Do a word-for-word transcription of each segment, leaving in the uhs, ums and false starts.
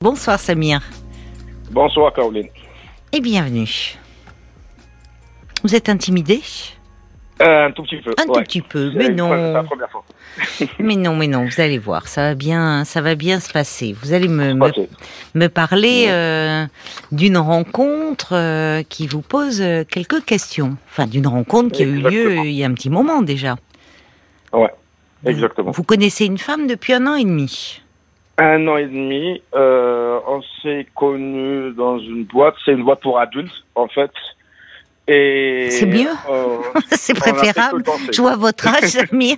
Bonsoir Samir. Bonsoir Caroline. Et bienvenue. Vous êtes intimidé ? euh, Un tout petit peu. Un ouais. tout petit peu, C'est mais une non. fois- C'est la première fois. Mais non, mais non, vous allez voir, ça va bien, ça va bien se passer. Vous allez me, me, Ok. me parler Ouais. euh, d'une rencontre euh, qui vous pose euh, quelques questions. Enfin, d'une rencontre qui a eu lieu Exactement. euh, il y a un petit moment déjà. Ouais, Vous- exactement. Vous connaissez une femme depuis un an et demi. Un an et demi, euh, on s'est connus dans une boîte. C'est une boîte pour adultes, en fait. Et C'est mieux. euh, C'est on a fait préférable. que danser. Je vois votre âge, Samir.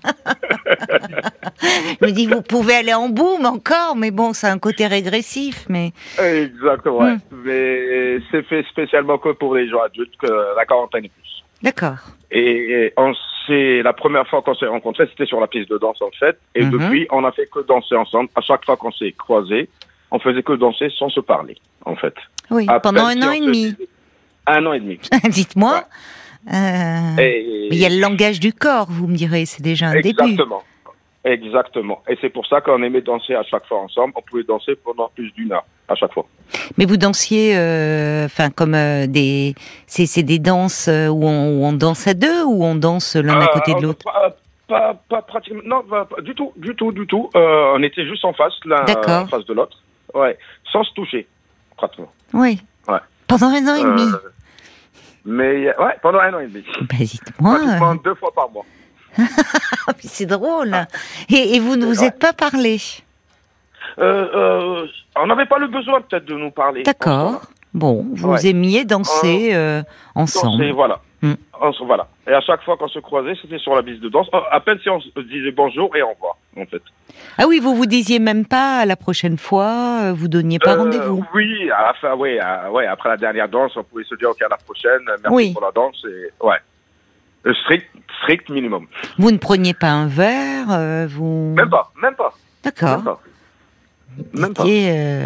Je me dis, vous pouvez aller en boum encore, mais bon, c'est un côté régressif. Mais Exactement, ouais. Hmm. Mais c'est fait spécialement que pour les gens adultes, que la quarantaine et plus. d'accord. Et on s'est, la première fois qu'on s'est rencontrés, c'était sur la piste de danse, en fait. Et Mhm. depuis, on a fait que danser ensemble. À chaque fois qu'on s'est croisés, on faisait que danser sans se parler, en fait. Oui, À pendant peine un si an on et se demi. disait- Un an et demi. Dites-moi. Euh, Et- mais il y a le langage du corps, vous me direz, c'est déjà un début. Exactement. Exactement. Et c'est pour ça qu'on aimait danser à chaque fois ensemble. On pouvait danser pendant plus d'une heure à chaque fois. Mais vous dansiez, euh, enfin, comme euh, des, c'est, c'est des danses euh, où on, où on danse à deux ou on danse l'un à côté de Euh, l'autre. Pas, pas, pas pratiquement. Non, pas, pas du tout, du tout, du tout. Euh, on était juste en face, l'un D'accord. en face de l'autre. Ouais. Sans se toucher, pratiquement. Oui. Ouais. Pendant un an et demi. Euh, mais ouais, pendant un an et demi. Bah, dites-moi. Pratiquement euh, deux fois par mois. ah, mais c'est drôle. Et, et vous ne vous Ouais. êtes pas parlé. Euh, euh, on n'avait pas le besoin peut-être de nous parler. D'accord. Bon, vous Ouais. aimiez danser euh, ensemble. Et voilà. Hmm. On se- voilà. Et à chaque fois qu'on se croisait, c'était sur la piste de danse. À peine si on se disait bonjour et au revoir, en fait. Ah oui, vous vous disiez même pas à la prochaine fois, euh, vous donniez pas Euh, rendez-vous. Oui, à la fin, oui, à- ouais, après la dernière danse, on pouvait se dire ok à la prochaine, merci Oui. pour la danse. Et, ouais. Le strict, strict minimum. Vous ne preniez pas un verre, euh, vous. Même pas, même pas. Même D'accord. pas. Même pas. C'était, euh,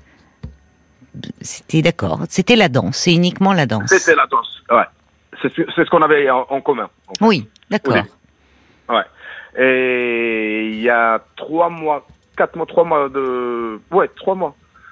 c'était d'accord. C'était la danse. C'est uniquement la danse. C'était la danse, ouais. C'est ce c'est ce qu'on avait en, en commun. en fait. Oui, d'accord. Au début. Ouais. Et il y a trois mois, quatre mois, trois mois de, ouais, trois mois.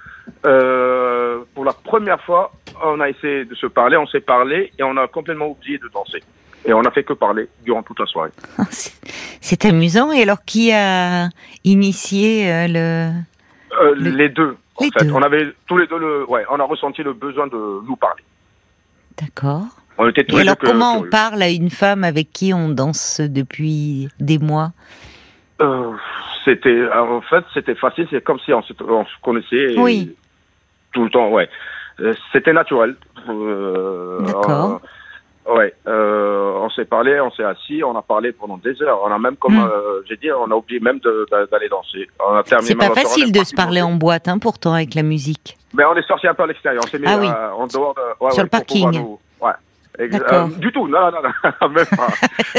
Euh, pour la première fois, on a essayé de se parler, on s'est parlé et on a complètement oublié de danser. Et on a fait que parler durant toute la soirée. C'est, c'est amusant. Et alors, qui a initié euh, le. Euh, Le- Les deux, en les fait. deux. On avait tous les deux le, ouais, on a ressenti le besoin de nous parler. D'accord. On était tous Et les alors, deux comment on curieux. parle à une femme avec qui on danse depuis des mois? Euh, C'était, en fait, c'était facile. C'est comme si on se, on se connaissait. et Oui. Tout le temps, ouais. Euh, C'était naturel. Euh, D'accord. euh, ouais. Euh, on s'est parlé, on s'est assis, on a parlé pendant des heures. On a même, comme Hmm. euh, j'ai dit, on a oublié même de- de- d'aller danser. On a terminé. C'est pas notre soirée, on facile est de parti se parler danser. en boîte, hein, pourtant, avec la musique. Mais on est sorti un peu à l'extérieur. On s'est mis Ah oui. euh, en dehors de, ouais, Sur ouais, le pour pouvoir parking. nous- ouais. Ex- D'accord. euh, du tout, non, non, non, même pas.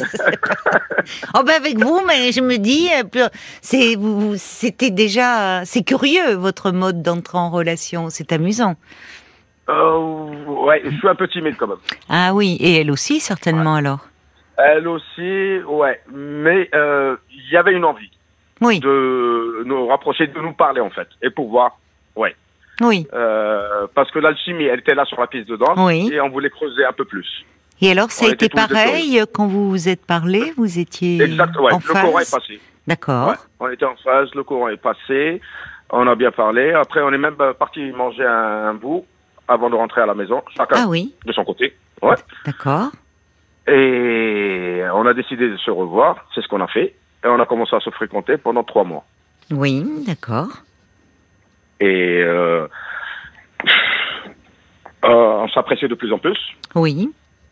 Oh ben avec vous, mais je me dis, euh, plus- c'est, vous, vous- c'était déjà, c'est curieux votre mode d'entrer en relation, c'est amusant. Euh, ouais, je suis un peu timide quand même. Ah oui, et elle aussi certainement alors. Elle aussi, ouais, mais euh, il y avait une envie Oui, de nous rapprocher, de nous parler en fait, et pouvoir, ouais, oui. euh, parce que l'alchimie, elle était là sur la piste de danse, Oui. et on voulait creuser un peu plus. Et alors ça a On était été tous les deux pareil quand vous vous êtes parlé, vous étiez Exact, ouais, en le courant est phase. passé. D'accord. Ouais, on était en phase, le courant est passé, on a bien parlé. Après, on est même euh, parti manger un, un bout avant de rentrer à la maison, chacun Ah oui, de son côté. Ouais. d'accord. Et on a décidé de se revoir, c'est ce qu'on a fait. Et on a commencé à se fréquenter pendant trois mois. Oui, d'accord. Et euh, euh, on s'appréciait de plus en plus. Oui.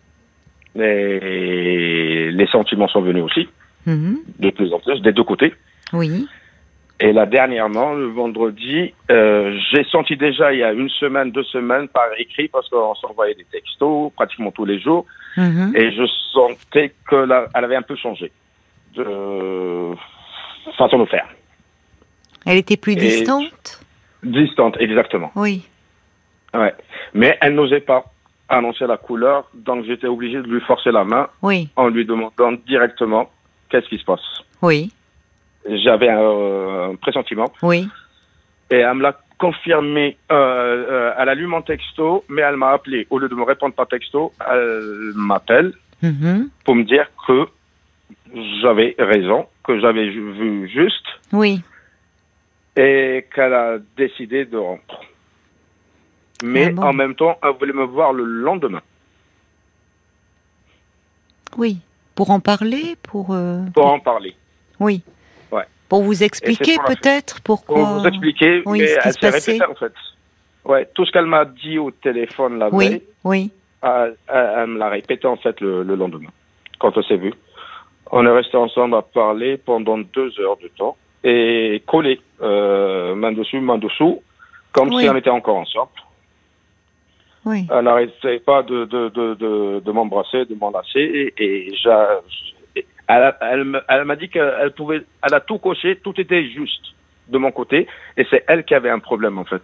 Et les sentiments sont venus aussi, Mhm. de plus en plus, des deux côtés. Oui. Et là, dernièrement, le vendredi, euh, j'ai senti déjà il y a une semaine, deux semaines par écrit, parce qu'on s'envoyait des textos pratiquement tous les jours, Mhm. et je sentais qu'elle avait un peu changé de façon de faire. Elle était plus Et- distante. Distante, exactement. Oui. Ouais. Mais elle n'osait pas annoncer la couleur, donc j'étais obligé de lui forcer la main Oui. en lui demandant directement qu'est-ce qui se passe. Oui. J'avais un, euh, un pressentiment. Oui. Et elle me l'a confirmé, euh, euh, elle a lu mon texto, mais elle m'a appelé. Au lieu de me répondre par texto, elle m'appelle Mhm. pour me dire que j'avais raison, que j'avais ju- vu juste Oui. et qu'elle a décidé de rompre. Mais Ah bon. en même temps, elle voulait me voir le lendemain Oui. Pour en parler, pour. euh, pour en parler. Oui. Ouais. Pour vous expliquer pour la- peut-être pourquoi. Pour vous expliquer, Oui, mais ce qui elle se s'est passait. répétée en fait. Ouais, tout ce qu'elle m'a dit au téléphone la Oui. veille, Oui. elle, elle- elle me l'a répété en fait le, le lendemain, quand on s'est vu. On est resté ensemble à parler pendant deux heures de temps et collés, euh, main dessus, main dessous, comme Oui. si on était encore ensemble. Oui. Elle n'arrêtait pas de, de, de, de, de m'embrasser, de m'enlacer et, et j'a- elle, elle, me- elle m'a dit qu'elle pouvait, elle a tout coché, tout était juste de mon côté et c'est elle qui avait un problème en fait.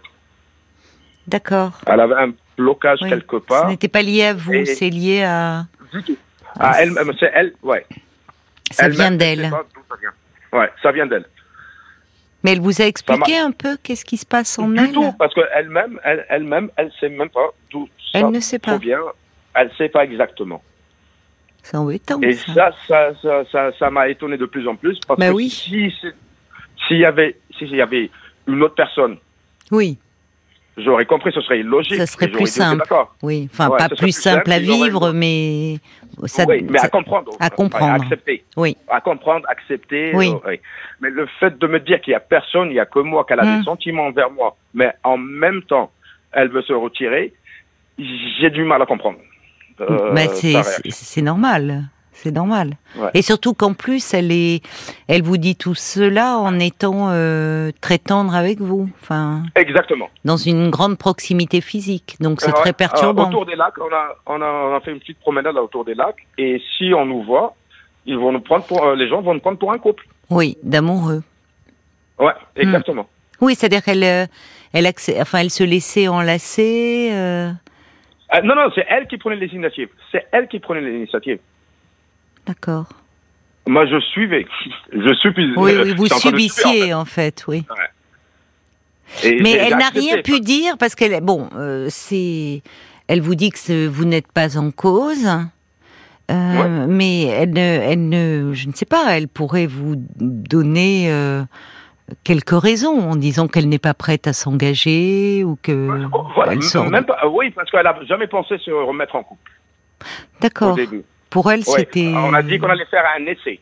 D'accord. Elle avait un blocage Oui. quelque Ce part. n'était pas lié à vous, Et- c'est lié à. Du tout. Ah, Ah, elle, c'est elle, ouais. Ça Elle-même, vient elle d'elle. sait pas d'où ça vient. Ouais, ça vient d'elle. Mais elle vous a Ça expliqué m'a- un peu qu'est-ce qui se passe en Du elle? tout, parce qu'elle-même, elle, elle-même, elle sait même pas d'où ça Elle ne sait pas. provient. Elle sait pas exactement. C'est embêtant. Et ça. ça, ça, ça, ça, ça m'a étonné de plus en plus parce Bah que oui. si, c'est- s'il y avait, si il y avait une autre personne, Oui, j'aurais compris, ce serait illogique. ça serait et j'aurais plus dit, ok, simple. d'accord. Oui, enfin Ouais, pas ce serait plus plus simple à simple, ils auraient- vivre, mais ça. oui, mais ça- à comprendre. à comprendre. À accepter. Oui, À comprendre, accepter. Oui. euh, oui. Mais le fait de me dire qu'il y a personne, il y a que moi, qu'elle a Hum. des sentiments envers moi, mais en même temps, elle veut se retirer, j'ai du mal à comprendre. Euh, mais sa c'est réaction. c'est c'est normal, c'est normal. Ouais. Et surtout qu'en plus elle est, elle vous dit tout cela en étant euh, très tendre avec vous, enfin Exactement. dans une grande proximité physique, donc c'est Ouais. très Euh, perturbant. autour des lacs, on a, on, a, on a fait une petite promenade là, autour des lacs, et si on nous voit, ils vont nous prendre pour, euh, les gens vont nous prendre pour un couple. Oui, d'amoureux. Ouais, exactement. Oui, c'est-à-dire qu'elle, euh, elle, accé- enfin, elle se laissait enlacer. euh, Euh, non, non, c'est elle qui prenait l'initiative. C'est elle qui prenait l'initiative. D'accord. Moi, je suivais. Je suis. Oui, oui, vous j'étais en train de suivre, subissiez en fait, oui. en fait. Et Mais j'ai- elle j'ai n'a accepté. rien pu dire parce qu'elle, bon, euh, c'est, elle vous dit que ce- vous n'êtes pas en cause, euh, Ouais. mais elle ne, elle ne, je ne sais pas, elle pourrait vous donner euh, quelques raisons en disant qu'elle n'est pas prête à s'engager ou que Oh, voilà, elle sort. même pas, euh, oui, parce qu'elle a jamais pensé se remettre en couple au D'accord. début. Pour elle, Ouais. c'était. On a dit qu'on allait faire un essai.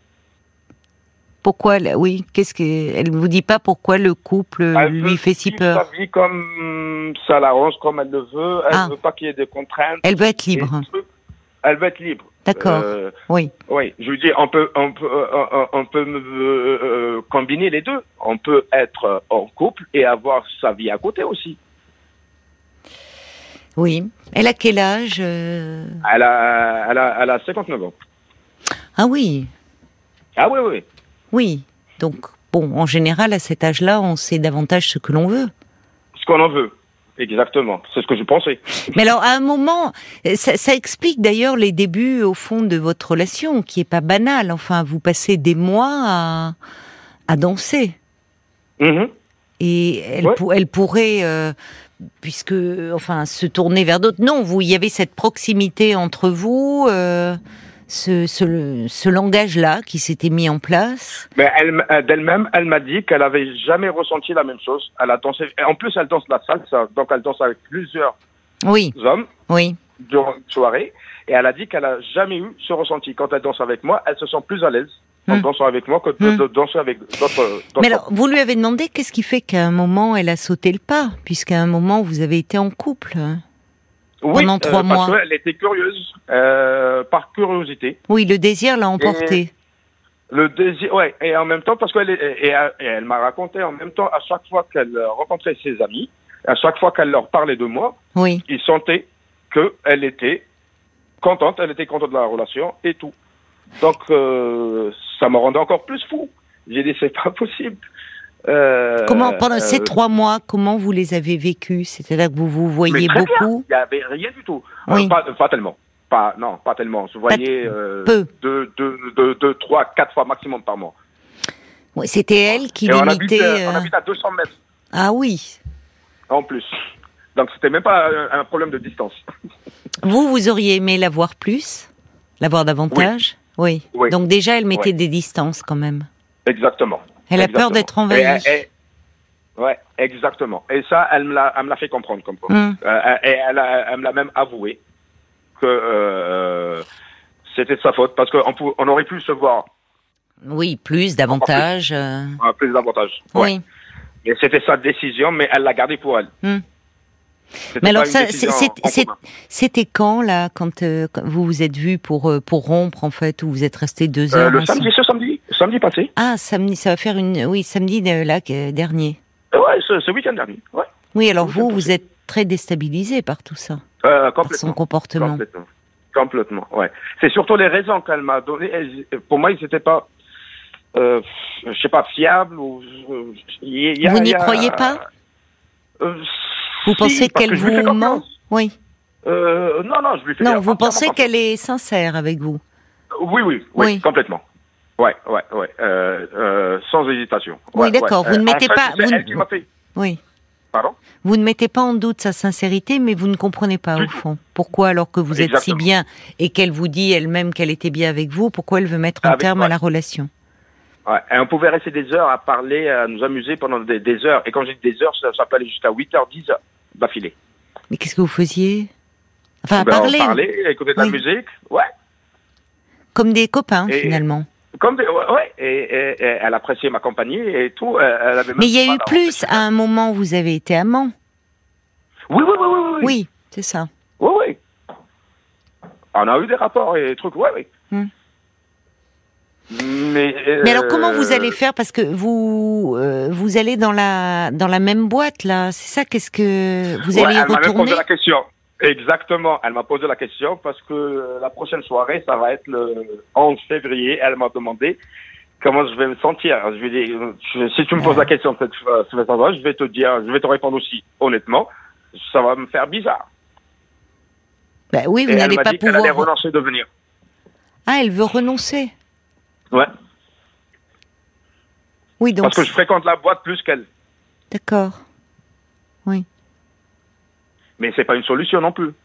Pourquoi, elle- oui, qu'est-ce que, elle vous dit pas pourquoi le couple Elle lui veut fait si vivre peur. sa vie comme ça l'arrange, comme elle le veut. Elle Ah. veut pas qu'il y ait des contraintes. Elle veut être des libre. trucs. Elle veut être libre. D'accord. Euh, Oui. oui, je veux dire, on peut, on peut, euh, euh, on peut euh, euh, combiner les deux. On peut être en couple et avoir sa vie à côté aussi. Oui. Elle a quel âge euh Elle a, elle a, elle a cinquante-neuf ans. Ah oui. Ah oui, oui. Oui. Donc, bon, en général, à cet âge-là, on sait davantage ce que l'on veut. Ce qu'on en veut. Exactement. C'est ce que je pensais. Mais alors, à un moment, ça, ça explique d'ailleurs les débuts, au fond, de votre relation, qui est pas banale. Enfin, vous passez des mois à, à danser. Mhm. Et elle, Ouais. pour- elle pourrait, euh, puisque, enfin, se tourner vers d'autres. Non, vous, il y avait cette proximité entre vous, euh, ce, ce, ce langage-là qui s'était mis en place. Mais elle, euh, d'elle-même, elle m'a dit qu'elle avait jamais ressenti la même chose. Elle a dansé. Et en plus, elle danse la salsa, donc elle danse avec plusieurs Oui, hommes oui. durant une soirée. Et elle a dit qu'elle a jamais eu ce ressenti. Quand elle danse avec moi, elle se sent plus à l'aise en Hmm. dansant avec moi que de, Hmm. de danser avec d'autres. d'autres Mais alors, vous lui avez demandé qu'est-ce qui fait qu'à un moment elle a sauté le pas, puisqu'à un moment vous avez été en couple. hein Oui, pendant trois euh, mois. Parce qu'elle était curieuse, euh, par curiosité. Oui, le désir l'a emporté. Le désir, ouais, et en même temps, parce qu'elle est- et, et- et elle m'a raconté en même temps, à chaque fois qu'elle rencontrait ses amis, à chaque fois qu'elle leur parlait de moi, Oui. ils sentaient qu'elle était contente, elle était contente de la relation et tout. Donc, euh, ça me rendait encore plus fou. J'ai dit, c'est pas possible. Euh, Comment pendant euh, ces trois mois, comment vous les avez vécus? C'était-à-dire que vous vous mais voyez très beaucoup. bien. Il n'y avait rien du tout. Euh, Oui. pas, pas tellement. Pas, non, pas tellement. Je voyais euh, peu. deux, deux, deux, deux, trois, quatre fois maximum par mois. Oui, c'était elle qui Et on habite, limitait. euh, on euh, habite à deux cents mètres. Ah oui. en plus. Donc c'était même pas un, un problème de distance. Vous, vous auriez aimé la voir plus, la voir davantage. Oui. oui. oui. Donc déjà, elle mettait oui. des distances quand même. Exactement. Elle a exactement. peur d'être envahie. Et, et, ouais, exactement. Et ça, elle me l'a, elle me l'a fait comprendre comme quoi. Hum. Euh, et elle, a, elle me l'a même avoué que euh, c'était de sa faute parce qu'on pou- on aurait pu se voir. Oui, plus, davantage. Plus, euh... euh, plus davantage. Oui. Ouais. Et c'était sa décision, mais elle l'a gardée pour elle. Hum. C'était mais alors, pas ça, une décision c'est, en c'est, commun. c'était quand, là, quand, euh, quand vous vous êtes vus pour, euh, pour rompre, en fait, où vous êtes restés deux heures Euh, le ensemble. samedi, ce samedi, samedi passé. Ah, samedi, ça va faire une... Oui, samedi, euh, là, euh, dernier. Euh, ouais, ce, ce week-end dernier, ouais. Oui, alors Ce vous, week-end vous passé. êtes très déstabilisé par tout ça, Euh, par complètement. son comportement. Complètement. Complètement, ouais. C'est surtout les raisons qu'elle m'a données. Elles, pour moi, ils n'étaient pas, euh, je sais pas, fiables ou. euh, y a, Vous n'y y a, croyez pas euh, Vous si, pensez parce qu'elle que je lui fais vous ment confiance. Oui. Euh, non, non, je lui fais Non, vous entièrement pensez confiance. qu'elle est sincère avec vous Oui, oui, oui, Oui. complètement. Ouais, ouais, ouais, euh, euh, sans hésitation. Oui, Ouais, d'accord. ouais. Vous ne Euh, mettez en fait, pas- c'est vous elle ne- qui m'a fait. Oui. Pardon. Vous ne mettez pas en doute sa sincérité, mais vous ne comprenez pas, Du au tout. fond. Pourquoi, alors que vous êtes si Exactement. bien et qu'elle vous dit elle-même qu'elle était bien avec vous, pourquoi elle veut mettre un Avec- terme ouais. à la relation Ouais, et on pouvait rester des heures à parler, à nous amuser pendant des, des heures. Et quand j'ai dit des heures, ça, ça peut aller jusqu'à huit heures, dix heures d'affilée. Mais qu'est-ce que vous faisiez Enfin, Ben, parler, on parlait, écouter de Oui. la musique, ouais. comme des copains, Et- finalement. Comme des, ouais, ouais. Et, et- et elle appréciait ma compagnie et tout. Elle, elle avait même Mais il y a pas eu d'avoir plus. fait- À un moment, vous avez été amant. Oui, oui, oui, oui, oui. Oui, c'est ça. Oui, oui. On a eu des rapports et des trucs, ouais, oui. Hmm. Mais, euh, Mais alors, comment vous allez faire Parce que vous, euh, vous allez dans la dans la même boîte là. C'est ça. Qu'est-ce que vous ouais, allez y elle m'a même retourner posé la question. Exactement. Elle m'a posé la question parce que euh, la prochaine soirée, ça va être le onze février. Elle m'a demandé comment je vais me sentir. Je lui ai dit, je- si tu me poses la question cette fois, cette fois, je vais te dire, je vais te répondre aussi honnêtement. Ça va me faire bizarre. Bah oui, vous Et elle n'allez m'a pas dit qu'elle allait pouvoir. renoncer de venir. Ah, elle veut renoncer. Ouais. Oui, donc. Parce que je fréquente la boîte plus qu'elle. D'accord. Oui. Mais c'est pas une solution non plus.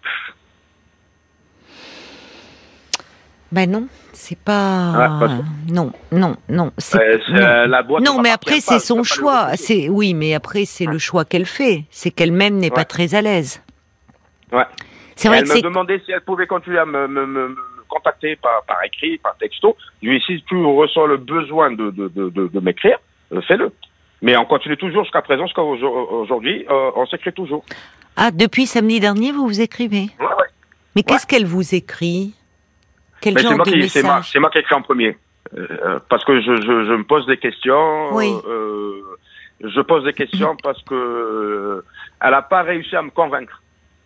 Ben non, c'est pas. Ouais, parce Non, non, non. C'est... Euh, c'est, non. euh, la boîte Non, ne mais m'appartient après pas, c'est je son peux pas le choix. refuser. C'est oui, mais après c'est le choix qu'elle fait. C'est qu'elle-même n'est pas Ouais. très à l'aise. Ouais. C'est Et vrai elle que me c'est. demandait si elle pouvait continuer à me, me, me, me contacter par, par écrit, par texto. Je lui ai dit, si tu ressens le besoin de, de, de, de, de m'écrire, euh, fais-le. Mais on continue toujours jusqu'à présent, jusqu'à aujourd'hui, euh, on s'écrit toujours. Ah, depuis samedi dernier, vous vous écrivez. Ouais, ouais. Mais Ouais. qu'est-ce qu'elle vous écrit Quel Mais c'est genre moi, de qui, c'est, moi, message c'est moi qui écris en premier. Euh, parce que je, je, je me pose des questions. Oui. Euh, je pose des questions parce que euh, elle n'a pas réussi à me convaincre.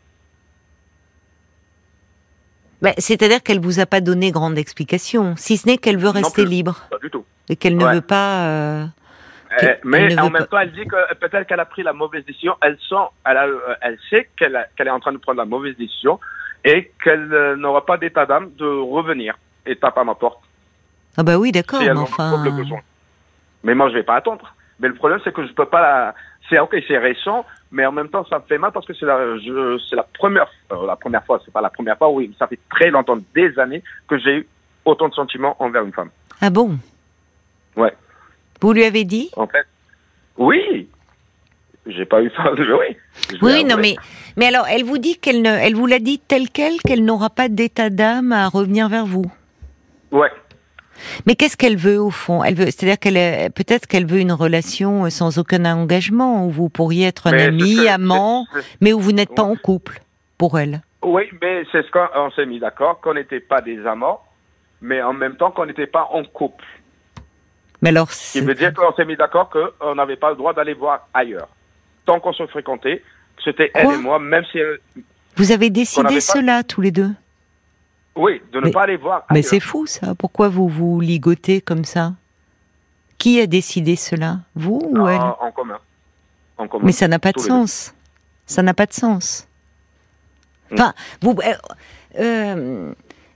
Ben, c'est-à-dire qu'elle vous a pas donné grande explication, si ce n'est qu'elle veut rester plus. libre Pas du tout. et qu'elle ne Ouais. veut pas. euh, Euh, qu'elle- mais elle ne en veut même pas- temps, elle dit que peut-être qu'elle a pris la mauvaise décision. Elle sent, elle, a, euh, elle sait qu'elle, a- qu'elle est en train de prendre la mauvaise décision et qu'elle euh, n'aura pas d'état d'âme de revenir et tape à ma porte Ah bah oui, d'accord, si elle mais en enfin. trouve le besoin. Mais moi, je vais pas attendre. Mais le problème, c'est que je peux pas la. C'est ok, c'est récent, mais en même temps, ça me fait mal parce que c'est la, je, c'est la première, euh, la première fois. C'est pas la première fois. Oui, ça fait très longtemps, des années, que j'ai eu autant de sentiments envers une femme. Ah bon Ouais. Vous lui avez dit En fait, oui. J'ai pas eu peur de. Oui. Je Oui, vais oui, non, avouer. mais, mais alors, elle vous dit qu'elle ne, elle vous l'a dit telle quelle, qu'elle n'aura pas d'état d'âme à revenir vers vous. Ouais. Mais qu'est-ce qu'elle veut au fond Elle veut, c'est-à-dire qu'elle, est- peut-être qu'elle veut une relation sans aucun engagement où vous pourriez être un Mais ami, c'est ce que- amant, c'est- c'est- mais où vous n'êtes pas Ouais. en couple pour elle. Oui, mais c'est ce qu'on s'est mis d'accord, qu'on n'était pas des amants, mais en même temps qu'on n'était pas en couple. Mais alors, Ce qui c'est- veut dire qu'on s'est mis d'accord qu'on n'avait pas le droit d'aller voir ailleurs. Tant qu'on se fréquentait, c'était elle Quoi et moi, même si elle... vous avez qu'on décidé n'avait pas- cela tous les deux. Oui, de ne Mais- pas aller voir Mais ailleurs. c'est fou ça. Pourquoi vous vous ligotez comme ça Qui a décidé cela Vous ou elle en, en commun. En commun. Mais ça n'a pas de Tous les deux. sens. Ça n'a pas de sens. Mm. Enfin, vous, euh, euh,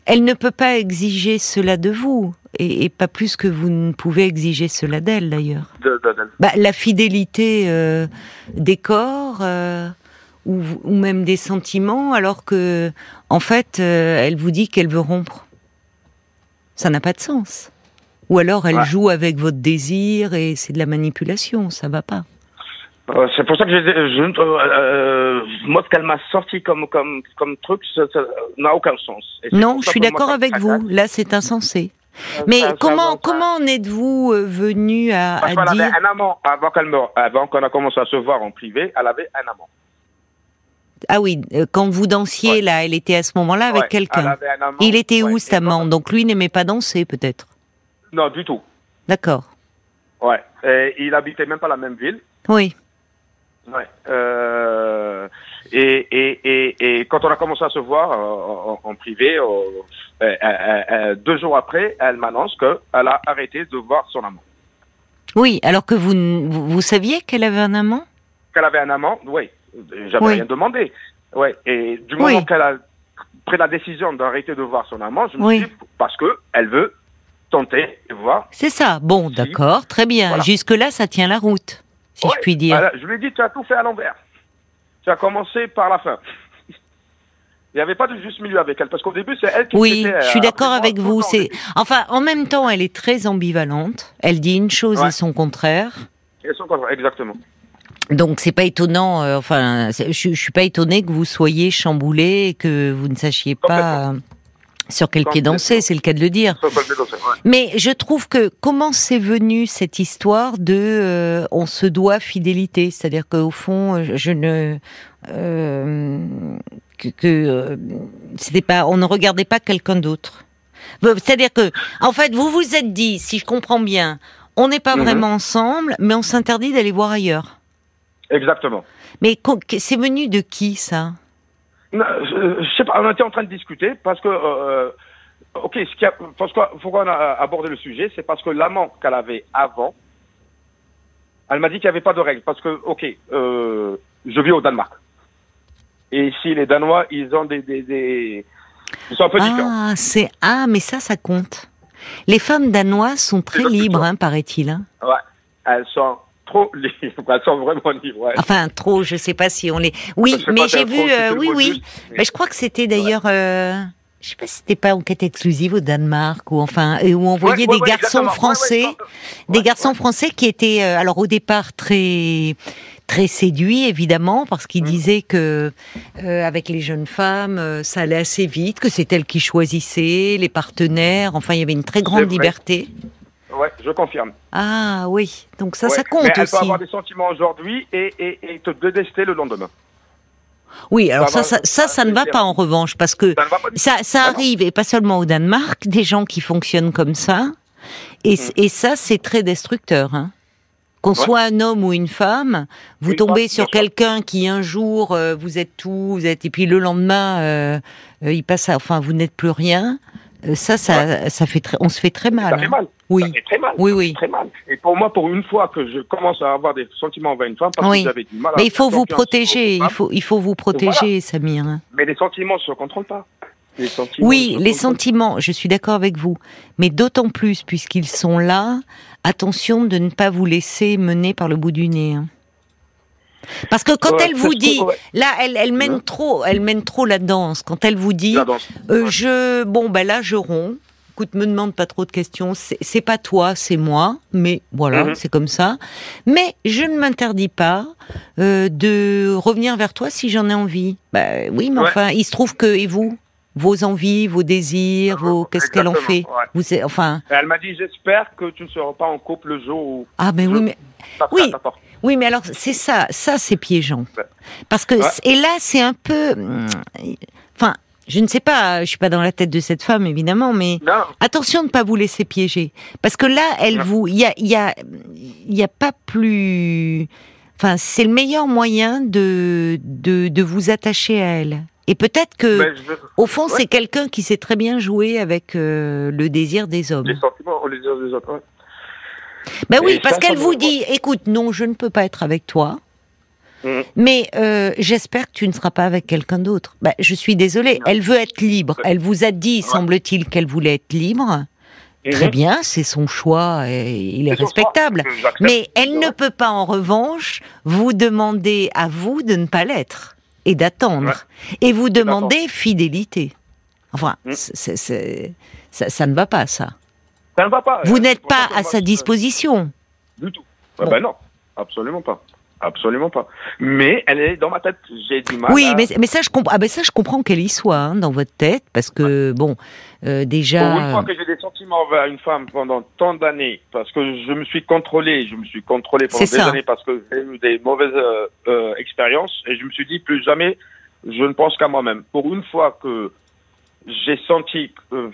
elle ne peut pas exiger cela de vous, et, et pas plus que vous ne pouvez exiger cela d'elle, d'ailleurs. De, de, de... Bah, la fidélité euh, des corps, euh, ou, ou même des sentiments, alors que, en fait, euh, elle vous dit qu'elle veut rompre. Ça n'a pas de sens. Ou alors elle ouais. joue avec votre désir et c'est de la manipulation, ça va pas. Euh, c'est pour ça que je, je, euh, euh, moi, ce qu'elle m'a sorti comme, comme, comme truc, ça, ça n'a aucun sens. Non, je suis d'accord avec vous. Là, c'est insensé. Euh, Mais ça, comment, ça, comment en êtes-vous euh, venu à, Parce à qu'elle dire... avait un amant, avant qu'elle me, avant qu'on a commencé à se voir en privé, elle avait un amant. Ah oui, euh, quand vous dansiez, ouais. là, elle était à ce moment-là avec ouais, quelqu'un. Il était ouais, où, cet amant? quand... Donc lui n'aimait pas danser, peut-être? Non, du tout. D'accord. Ouais. Et il habitait même pas la même ville. Oui. Ouais. Euh, et, et, et, et quand on a commencé à se voir euh, en, en privé, euh, euh, euh, euh, deux jours après, elle m'annonce qu'elle a arrêté de voir son amant. Oui, alors que vous, vous, vous saviez qu'elle avait un amant? Qu'elle avait un amant, oui. J'avais oui. rien demandé. Ouais. Et du moment oui. qu'elle a pris la décision d'arrêter de voir son amant, je me oui. suis dit, parce que elle veut tenter de voir. C'est ça. Bon, si... d'accord, très bien. Voilà. Jusque-là, ça tient la route, si ouais. je puis dire. Alors, je lui ai dit, tu as tout fait à l'envers. Tu as commencé par la fin. Il n'y avait pas de juste milieu avec elle, parce qu'au début, c'est elle qui Oui, était, je suis d'accord moi, avec vous. C'est... Enfin, en même temps, elle est très ambivalente. Elle dit une chose ouais. et son contraire. Et son contraire, exactement. Donc c'est pas étonnant. Euh, enfin, je, je suis pas étonnée que vous soyez chamboulé et que vous ne sachiez pas euh, sur quel pied danser. C'est le cas de le dire. Danser, ouais. Mais je trouve que comment c'est venu cette histoire de euh, on se doit fidélité, c'est-à-dire qu'au fond, je, je ne euh, que, que euh, c'était pas, on ne regardait pas quelqu'un d'autre. C'est-à-dire que en fait, vous vous êtes dit, si je comprends bien, on n'est pas mm-hmm. vraiment ensemble, mais on s'interdit d'aller voir ailleurs. Exactement. Mais c'est venu de qui, ça? Non, je, je sais pas, on était en train de discuter parce que, euh, ok, ce qui a, pourquoi, pourquoi on a abordé le sujet, c'est parce que l'amant qu'elle avait avant, elle m'a dit qu'il n'y avait pas de règles. Parce que, ok, euh, je vis au Danemark. Et ici, les Danois, ils ont des... des, des... Ils sont un peu ah, différents. C'est... Ah, mais ça, ça compte. Les femmes danoises sont très libres, hein, paraît-il. Hein. Ouais, elles sont... trop libres, elles sont vraiment libres. Ouais. Enfin, trop, je sais pas si on les... Oui, mais j'ai vu... Euh, oui, oui. Juste, mais... mais je crois que c'était d'ailleurs... Ouais. Euh... Je sais pas si c'était pas enquête exclusive au Danemark, ou enfin, où on voyait ouais, ouais, des ouais, garçons français, ouais, ouais, des garçons français qui étaient, euh, alors au départ très... très séduits, évidemment, parce qu'ils mmh. disaient que euh, avec les jeunes femmes, euh, ça allait assez vite, que c'est elles qui choisissaient les partenaires. Enfin, il y avait une très grande liberté. Ouais, je confirme. Ah oui, donc ça, ouais. ça compte Mais elle aussi. Elle peut avoir des sentiments aujourd'hui et, et, et te détester le lendemain. Oui, alors ça, ça, ça, ça, ça ne va pas en revanche, parce que ça, ça, ça arrive, et pas seulement au Danemark, des gens qui fonctionnent comme ça, et, mmh. et ça, c'est très destructeur, hein. Qu'on ouais. soit un homme ou une femme, vous une tombez femme, sur quelqu'un qui un jour euh, vous êtes tout, vous êtes et puis le lendemain euh, euh, il passe, à, enfin vous n'êtes plus rien. Euh, ça, ça, ouais. ça fait très, on se fait très mal. Ça fait mal. Hein. Oui. Ça fait très mal. Oui, oui. Très mal. Et pour moi, pour une fois que je commence à avoir des sentiments envers une femme, parce oui. que j'avais du mal. À Mais il faut vous protéger. Il faut, il faut vous protéger, voilà. Samir. Mais les sentiments ne se contrôlent pas. Les sentiments oui, les sentiments, je suis d'accord avec vous. Mais d'autant plus, puisqu'ils sont là, attention de ne pas vous laisser mener par le bout du nez. Hein. Parce que quand ouais, elle vous dit, ouais. là, elle, elle mène ouais. trop, elle mène trop la danse. Quand elle vous dit, euh, ouais. je, bon, ben là, je romps. Écoute, me demande pas trop de questions. C'est, c'est pas toi, c'est moi. Mais voilà, mm-hmm. c'est comme ça. Mais je ne m'interdis pas euh, de revenir vers toi si j'en ai envie. Bah oui, mais ouais. enfin, il se trouve que et vous. Vos envies, vos désirs, vos qu'est-ce Exactement, qu'elle en fait ouais. Vous, enfin. Elle m'a dit j'espère que tu ne seras pas en couple le jour où. Ah mais oui mais oui oui mais alors c'est ça ça c'est piégeant ouais. parce que ouais. et là c'est un peu enfin je ne sais pas je suis pas dans la tête de cette femme évidemment mais non. Attention de ne pas vous laisser piéger parce que là elle non. vous il y a il y a il y a pas plus enfin c'est le meilleur moyen de de de vous attacher à elle. Et peut-être que, veux... au fond, ouais. c'est quelqu'un qui sait très bien jouer avec euh, le désir des hommes. Les sentiments, les désirs des autres, ouais. Ben oui, et parce ça, qu'elle ça vous dit, écoute, non, je ne peux pas être avec toi. Mmh. Mais euh, j'espère que tu ne seras pas avec quelqu'un d'autre. Bah, je suis désolée. Elle veut être libre. Elle vous a dit, ouais. semble-t-il, qu'elle voulait être libre. Mmh. Très bien, c'est son choix et il est, est respectable. Choix, mais elle ouais. ne peut pas, en revanche, vous demander à vous de ne pas l'être et d'attendre. Ouais. Et vous demander fidélité. Enfin, mmh. c'est, c'est, ça, ça ne va pas, ça. Ça ne va pas. Vous n'êtes pas à sa disposition. Du tout. Bon. Ah ben non, absolument pas. Absolument pas. Mais elle est dans ma tête. J'ai du mal. Oui, à... mais, mais ça, je comprends. Ah ben ça, je comprends qu'elle y soit hein, dans votre tête, parce que bon, euh, déjà. Pour une fois que j'ai des sentiments envers une femme pendant tant d'années, parce que je me suis contrôlé, je me suis contrôlé pendant C'est des ça. années parce que j'ai eu des mauvaises euh, euh, expériences, et je me suis dit plus jamais, je ne pense qu'à moi-même. Pour une fois que j'ai senti, euh,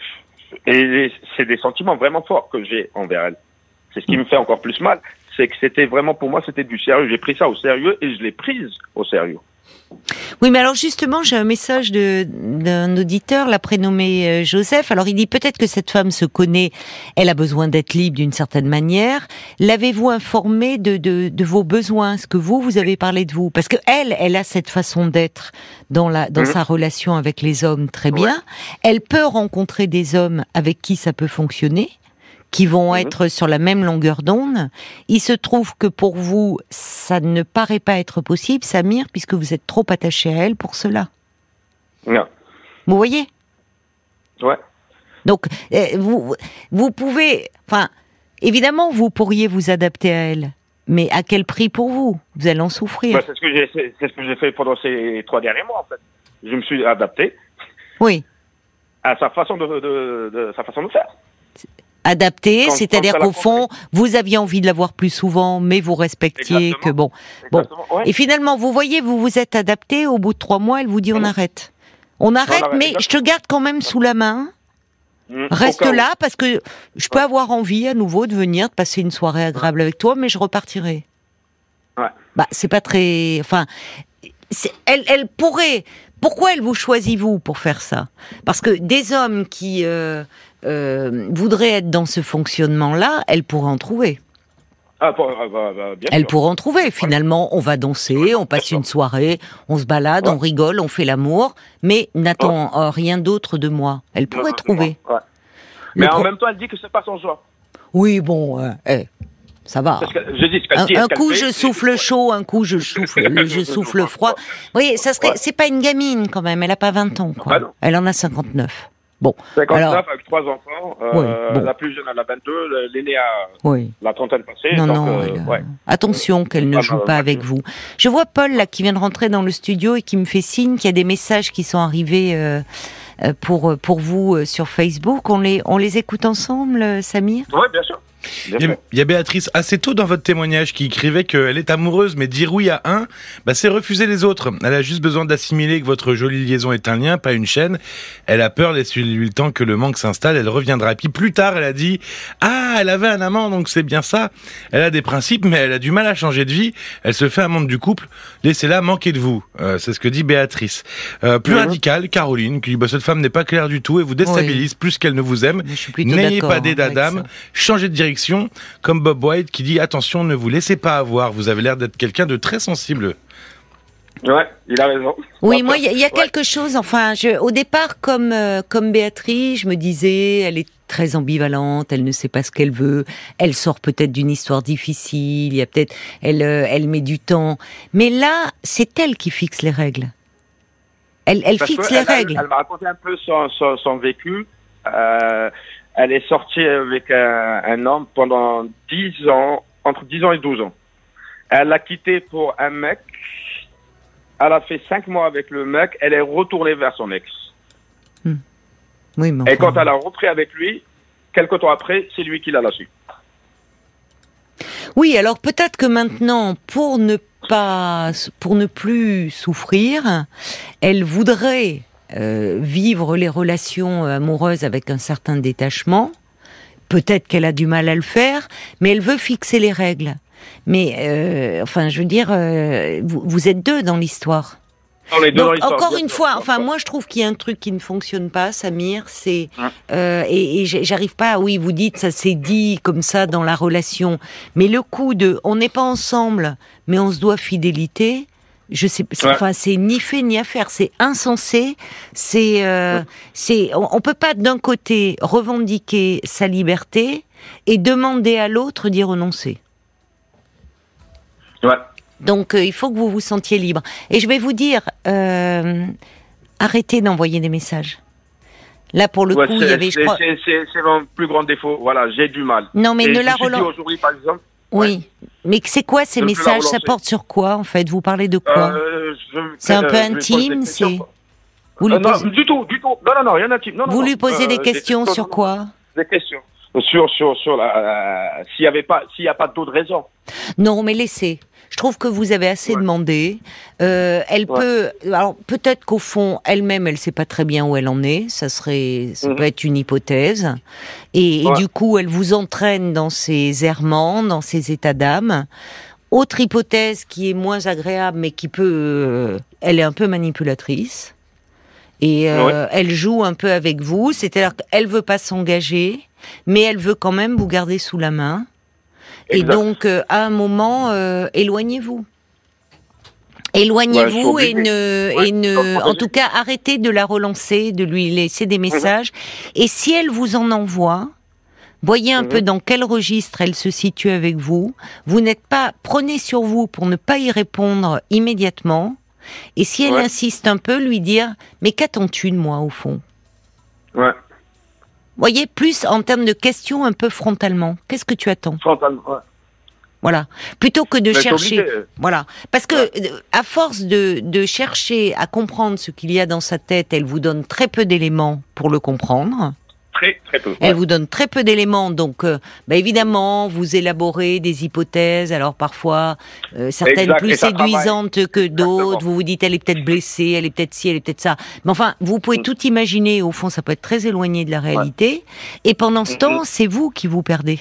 et c'est des sentiments vraiment forts que j'ai envers elle. C'est ce qui me fait encore plus mal. C'est que c'était vraiment, pour moi, c'était du sérieux. J'ai pris ça au sérieux et je l'ai prise au sérieux. Oui, mais alors justement, j'ai un message de, d'un auditeur, là, prénommé Joseph. Alors, il dit peut-être que cette femme se connaît, elle a besoin d'être libre d'une certaine manière. L'avez-vous informée de, de, de vos besoins, ce que vous, vous avez parlé de vous? Parce que elle, elle a cette façon d'être dans, la, dans mmh. sa relation avec les hommes, très bien. Ouais. Elle peut rencontrer des hommes avec qui ça peut fonctionner, qui vont mmh. être sur la même longueur d'onde. Il se trouve que pour vous, ça ne paraît pas être possible, Samir, puisque vous êtes trop attaché à elle pour cela. Non. Vous voyez ? Ouais. Donc, euh, vous, vous pouvez... Enfin, évidemment, vous pourriez vous adapter à elle. Mais à quel prix pour vous ? Vous allez en souffrir. Bah, c'est, ce que j'ai, c'est, c'est ce que j'ai fait pendant ces trois derniers mois, en fait. Je me suis adapté. Oui. À sa façon de, de, de, de sa façon de faire. Adapté, quand, c'est-à-dire quand qu'au fond, vous aviez envie de la voir plus souvent, mais vous respectiez Exactement. que bon, bon. Ouais. Et finalement, vous voyez, vous vous êtes adapté. Au bout de trois mois, elle vous dit on mmh. arrête, on arrête, on arrête mais exactement. Je te garde quand même sous la main. Mmh. Reste là où. Parce que je peux ouais. avoir envie à nouveau de venir, de passer une soirée agréable ouais. avec toi, mais je repartirai. Ouais. Bah, c'est pas très, enfin, c'est... elle, elle pourrait. Pourquoi elle vous choisit vous pour faire ça ? Parce que des hommes qui euh, euh, voudraient être dans ce fonctionnement-là, elle pourrait en trouver. Ah, bah, bah, bah, bien elle sûr. pourrait en trouver. Finalement, on va danser, on passe une soirée, on se balade, ouais. on rigole, on fait l'amour, mais n'attend ouais. euh, rien d'autre de moi. Elle pourrait non, trouver. Ouais. Mais pro... en même temps, elle dit que c'est pas son choix. Oui, bon, euh, hey. Ça va. Parce que je dis ce qu'elle un, dit, un ce coup fait, je souffle chaud, un coup je souffle, je souffle froid. Oui, ça serait, ouais. c'est pas une gamine quand même. Elle a pas vingt ans, quoi. Bah elle en a cinquante-neuf. Bon. cinquante-neuf alors, avec trois enfants. Euh, oui, bon. La plus jeune elle a vingt-deux, l'aînée a oui. la trentaine passée. Non, donc, non. Euh, elle, ouais. Attention qu'elle ne joue pas avec vous. Je vois Paul là qui vient de rentrer dans le studio et qui me fait signe qu'il y a des messages qui sont arrivés euh, pour pour vous euh, sur Facebook. On les on les écoute ensemble, Samir ? Oui, bien sûr. Il y, a, il y a Béatrice assez tôt dans votre témoignage qui écrivait qu'elle est amoureuse, mais dire oui à un, bah c'est refuser les autres. Elle a juste besoin d'assimiler que votre jolie liaison est un lien, pas une chaîne. Elle a peur, laissez-lui le temps que le manque s'installe, elle reviendra. Puis plus tard, elle a dit « Ah, elle avait un amant, donc c'est bien ça. » Elle a des principes, mais elle a du mal à changer de vie. Elle se fait un membre du couple. Laissez-la manquer de vous. Euh, c'est ce que dit Béatrice. Euh, plus mmh. radicale, Caroline, qui dit bah, « Cette femme n'est pas claire du tout et vous déstabilise oui. plus qu'elle ne vous aime. N'ayez pas d'état d'âme. Changez de direction. » Comme Bob White qui dit attention, ne vous laissez pas avoir, vous avez l'air d'être quelqu'un de très sensible. Ouais, il a raison. Oui, moi, il y a, y a ouais. quelque chose, enfin, je, au départ, comme, euh, comme Béatrice, je me disais, elle est très ambivalente, elle ne sait pas ce qu'elle veut, elle sort peut-être d'une histoire difficile, il y a peut-être, elle, euh, elle met du temps. Mais là, c'est elle qui fixe les règles. Elle, elle fixe les elle, règles. Elle, elle m'a raconté un peu son, son, son vécu. Euh, Elle est sortie avec un, un homme pendant dix ans, entre dix ans et douze ans. Elle l'a quitté pour un mec. Elle a fait cinq mois avec le mec. Elle est retournée vers son ex. Hmm. Oui, mais enfin... Et quand elle a repris avec lui, quelques temps après, c'est lui qui l'a lâché. Oui, alors peut-être que maintenant, pour ne pas, pour ne plus souffrir, elle voudrait Euh, vivre les relations amoureuses avec un certain détachement. Peut-être qu'elle a du mal à le faire, mais elle veut fixer les règles. Mais, euh, enfin, je veux dire, euh, vous, vous êtes deux dans l'histoire. On est deux Donc, dans l'histoire. encore une fois, enfin, moi, je trouve qu'il y a un truc qui ne fonctionne pas, Samir, c'est... Euh, et, et j'arrive pas... Oui, vous dites, ça s'est dit comme ça dans la relation. Mais le coup de... On n'est pas ensemble, mais on se doit fidélité... Je sais, c'est, Ouais. enfin, c'est ni fait ni à faire. C'est insensé. C'est, euh, Ouais. c'est, on, on peut pas d'un côté revendiquer sa liberté et demander à l'autre d'y renoncer. Ouais. Donc, euh, il faut que vous vous sentiez libre. Et je vais vous dire, euh, arrêtez d'envoyer des messages. Là, pour le Ouais, coup, c'est, il y avait, je c'est, crois. c'est, c'est, c'est mon plus grand défaut. Voilà, j'ai du mal. Non, mais Et ne je la me suis dit relance. aujourd'hui, par exemple. Oui. Mais c'est quoi ces Je ne peux la messages? Ça relancer. porte sur quoi, en fait? Vous parlez de quoi? Euh, je- C'est un euh, peu je lui pose des intime, questions. c'est. Vous lui Euh, non, posez, du tout, du tout. Non, non, non, rien d'intime. Non, non, vous non. lui posez Euh, des questions non, sur non, non. quoi? Des questions. Sur, sur, sur la, euh, s'il y avait pas, s'il y a pas d'autres raisons. Non, mais laissez. Je trouve que vous avez assez Ouais. demandé. Euh, elle Ouais. peut. Alors peut-être qu'au fond, elle-même, elle sait pas très bien où elle en est. Ça serait, ça Mhm. peut être une hypothèse. Et, et Ouais. du coup, elle vous entraîne dans ses errements, dans ses états d'âme. Autre hypothèse qui est moins agréable, mais qui peut, euh, elle est un peu manipulatrice. Et euh, Ouais. elle joue un peu avec vous. C'est-à-dire qu'elle veut pas s'engager, mais elle veut quand même vous garder sous la main. Et Exact. donc, euh, à un moment, euh, éloignez-vous. Éloignez-vous Ouais, je suis et obligé. ne, Ouais, et ne, faut le protéger. en tout cas, arrêtez de la relancer, de lui laisser des messages. Et si elle vous en envoie, voyez un Mhm. peu dans quel registre elle se situe avec vous. Vous n'êtes pas, prenez sur vous pour ne pas y répondre immédiatement. Et si elle Ouais. insiste un peu, lui dire, mais qu'attends-tu de moi au fond? Ouais. Voyez, plus en termes de questions un peu frontalement. Qu'est-ce que tu attends? Frontalement, ouais. Voilà. Plutôt que de Mais t'es chercher. obligé. Voilà. Parce que, Ouais. euh, à force de, de chercher à comprendre ce qu'il y a dans sa tête, elle vous donne très peu d'éléments pour le comprendre. Très, très peu. Elle Ouais. vous donne très peu d'éléments, donc euh, bah, évidemment, vous élaborez des hypothèses, alors parfois euh, certaines Exact, plus et ça séduisantes que d'autres, Exactement. vous vous dites elle est peut-être blessée, elle est peut-être ci, elle est peut-être ça. Mais enfin, vous pouvez Mm. tout imaginer, au fond ça peut être très éloigné de la réalité, et pendant ce Mm, temps, mm. c'est vous qui vous perdez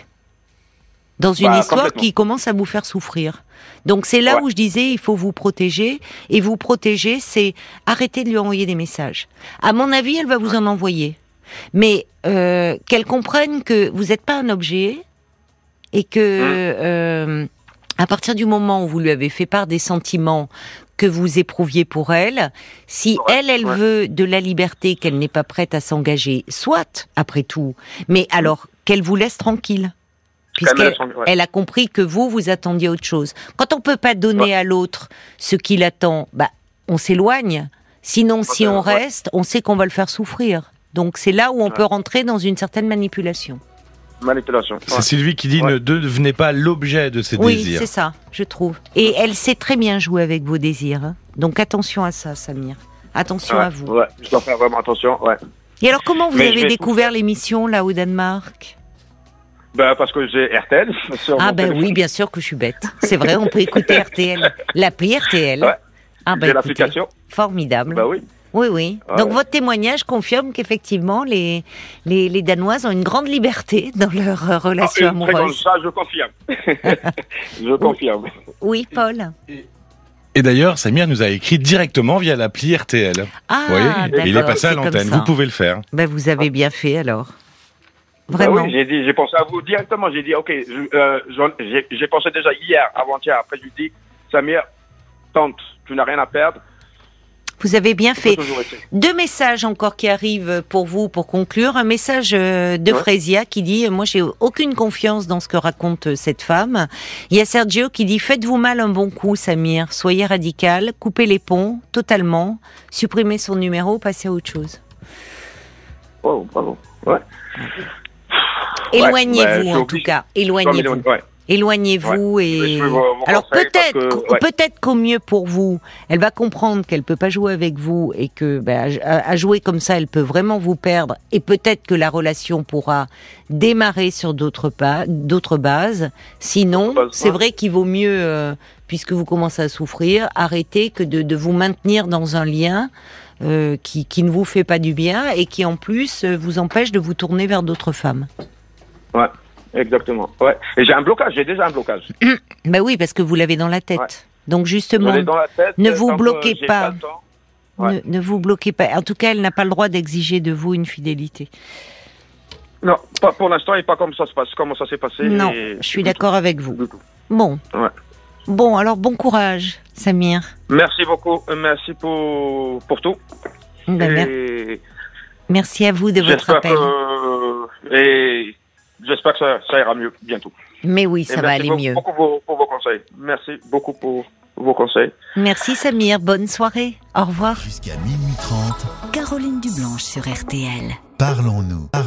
dans une Bah, histoire complètement. qui commence à vous faire souffrir. Donc c'est là Ouais. où je disais, il faut vous protéger, et vous protéger, c'est arrêter de lui envoyer des messages. À mon avis, elle va vous en envoyer. Mais euh, qu'elle comprenne que vous n'êtes pas un objet et que euh, à partir du moment où vous lui avez fait part des sentiments que vous éprouviez pour elle, si Ouais, elle, elle ouais. veut de la liberté, qu'elle n'est pas prête à s'engager, soit, après tout, mais alors qu'elle vous laisse tranquille. Puisqu'elle laisse tranquille, ouais. elle a compris que vous, vous attendiez autre chose. Quand on peut pas donner Ouais. à l'autre ce qu'il attend, bah, on s'éloigne. Sinon, si on ouais. reste, on sait qu'on va le faire souffrir. Donc c'est là où on Ouais. peut rentrer dans une certaine manipulation. Manipulation. C'est Ouais. Sylvie qui dit Ouais. ne devenez pas l'objet de ses Oui, désirs. c'est ça, je trouve. Et elle sait très bien jouer avec vos désirs. hein. Donc attention à ça, Samir. Attention Ouais. à vous. Ouais. Je dois faire vraiment attention. Ouais. Et alors, comment vous Mais je avez vais découvert l'émission là au Danemark? Ben, parce que j'ai R T L. sur Ah mon ben téléphone. oui, bien sûr que je suis bête. C'est vrai, on peut écouter R T L. L'appli R T L. Ouais. Ah ben J'ai écoutez, l'application. formidable. Ben oui. Oui, oui. Ouais, Donc ouais. votre témoignage confirme qu'effectivement, les, les, les Danoises ont une grande liberté dans leur euh, relation Ah, une très grande- amoureuse. Ça, je confirme. je confirme. Oui, Paul. Et d'ailleurs, Samir nous a écrit directement via l'appli R T L. Ah, Vous voyez, d'accord. il est passé à c'est comme l'antenne. ça. Vous pouvez le faire. Ben, vous avez bien fait alors. Ben Vraiment. oui, j'ai dit, j'ai pensé à vous directement. J'ai dit, ok, je- euh, j'en- j'ai j'ai pensé déjà hier, avant-hier. Après, je lui dis, Samir, tente, tu n'as rien à perdre. Vous avez bien Tu peux fait. toujours essayer. Deux messages encore qui arrivent pour vous, pour conclure. Un message euh, de Ouais. Frésia qui dit « Moi, j'ai aucune confiance dans ce que raconte euh, cette femme ». Il y a Sergio qui dit « Faites-vous mal un bon coup, Samir. Soyez radical, coupez les ponts totalement, supprimez son numéro, passez à autre chose. Oh, bravo. Ouais. » Éloignez-vous, ouais, je suis en tout obligé. cas. Non, mais Éloignez-vous. ouais. Éloignez-vous Ouais. Je et vais suivre vos alors conseils parce peut-être que, qu'au- ouais. peut-être qu'au mieux pour vous, elle va comprendre qu'elle peut pas jouer avec vous et que bah, à, à jouer comme ça, elle peut vraiment vous perdre et peut-être que la relation pourra démarrer sur d'autres pas, d'autres bases. Sinon, D'autres bases, c'est ouais. vrai qu'il vaut mieux, euh, puisque vous commencez à souffrir, arrêter que de, de vous maintenir dans un lien euh, qui, qui ne vous fait pas du bien et qui en plus euh, vous empêche de vous tourner vers d'autres femmes. Ouais, exactement. Ouais. Et j'ai un blocage, j'ai déjà un blocage. Ben oui, parce que vous l'avez dans la tête. Ouais. Donc Je justement, l'ai dans la tête. ne vous tant que bloquez j'ai pas. le temps. Ouais. ne, ne vous bloquez pas. En tout cas, elle n'a pas le droit d'exiger de vous une fidélité. Non, pas pour l'instant et pas comme ça se passe, comment ça s'est passé. Non, et- je suis d'accord avec vous. Du tout. Bon, Ouais. bon, alors bon courage, Samir. Merci beaucoup. Merci pour, pour tout. Ben, et merci à vous de votre appel. Que, et j'espère que ça, ça ira mieux bientôt. Mais oui, ça et va aller beaucoup, mieux. Merci beaucoup pour, pour vos conseils. Merci beaucoup pour vos conseils. Merci Samir. Bonne soirée. Au revoir. Jusqu'à minuit trente. Caroline Dublanche sur R T L. Parlons-nous.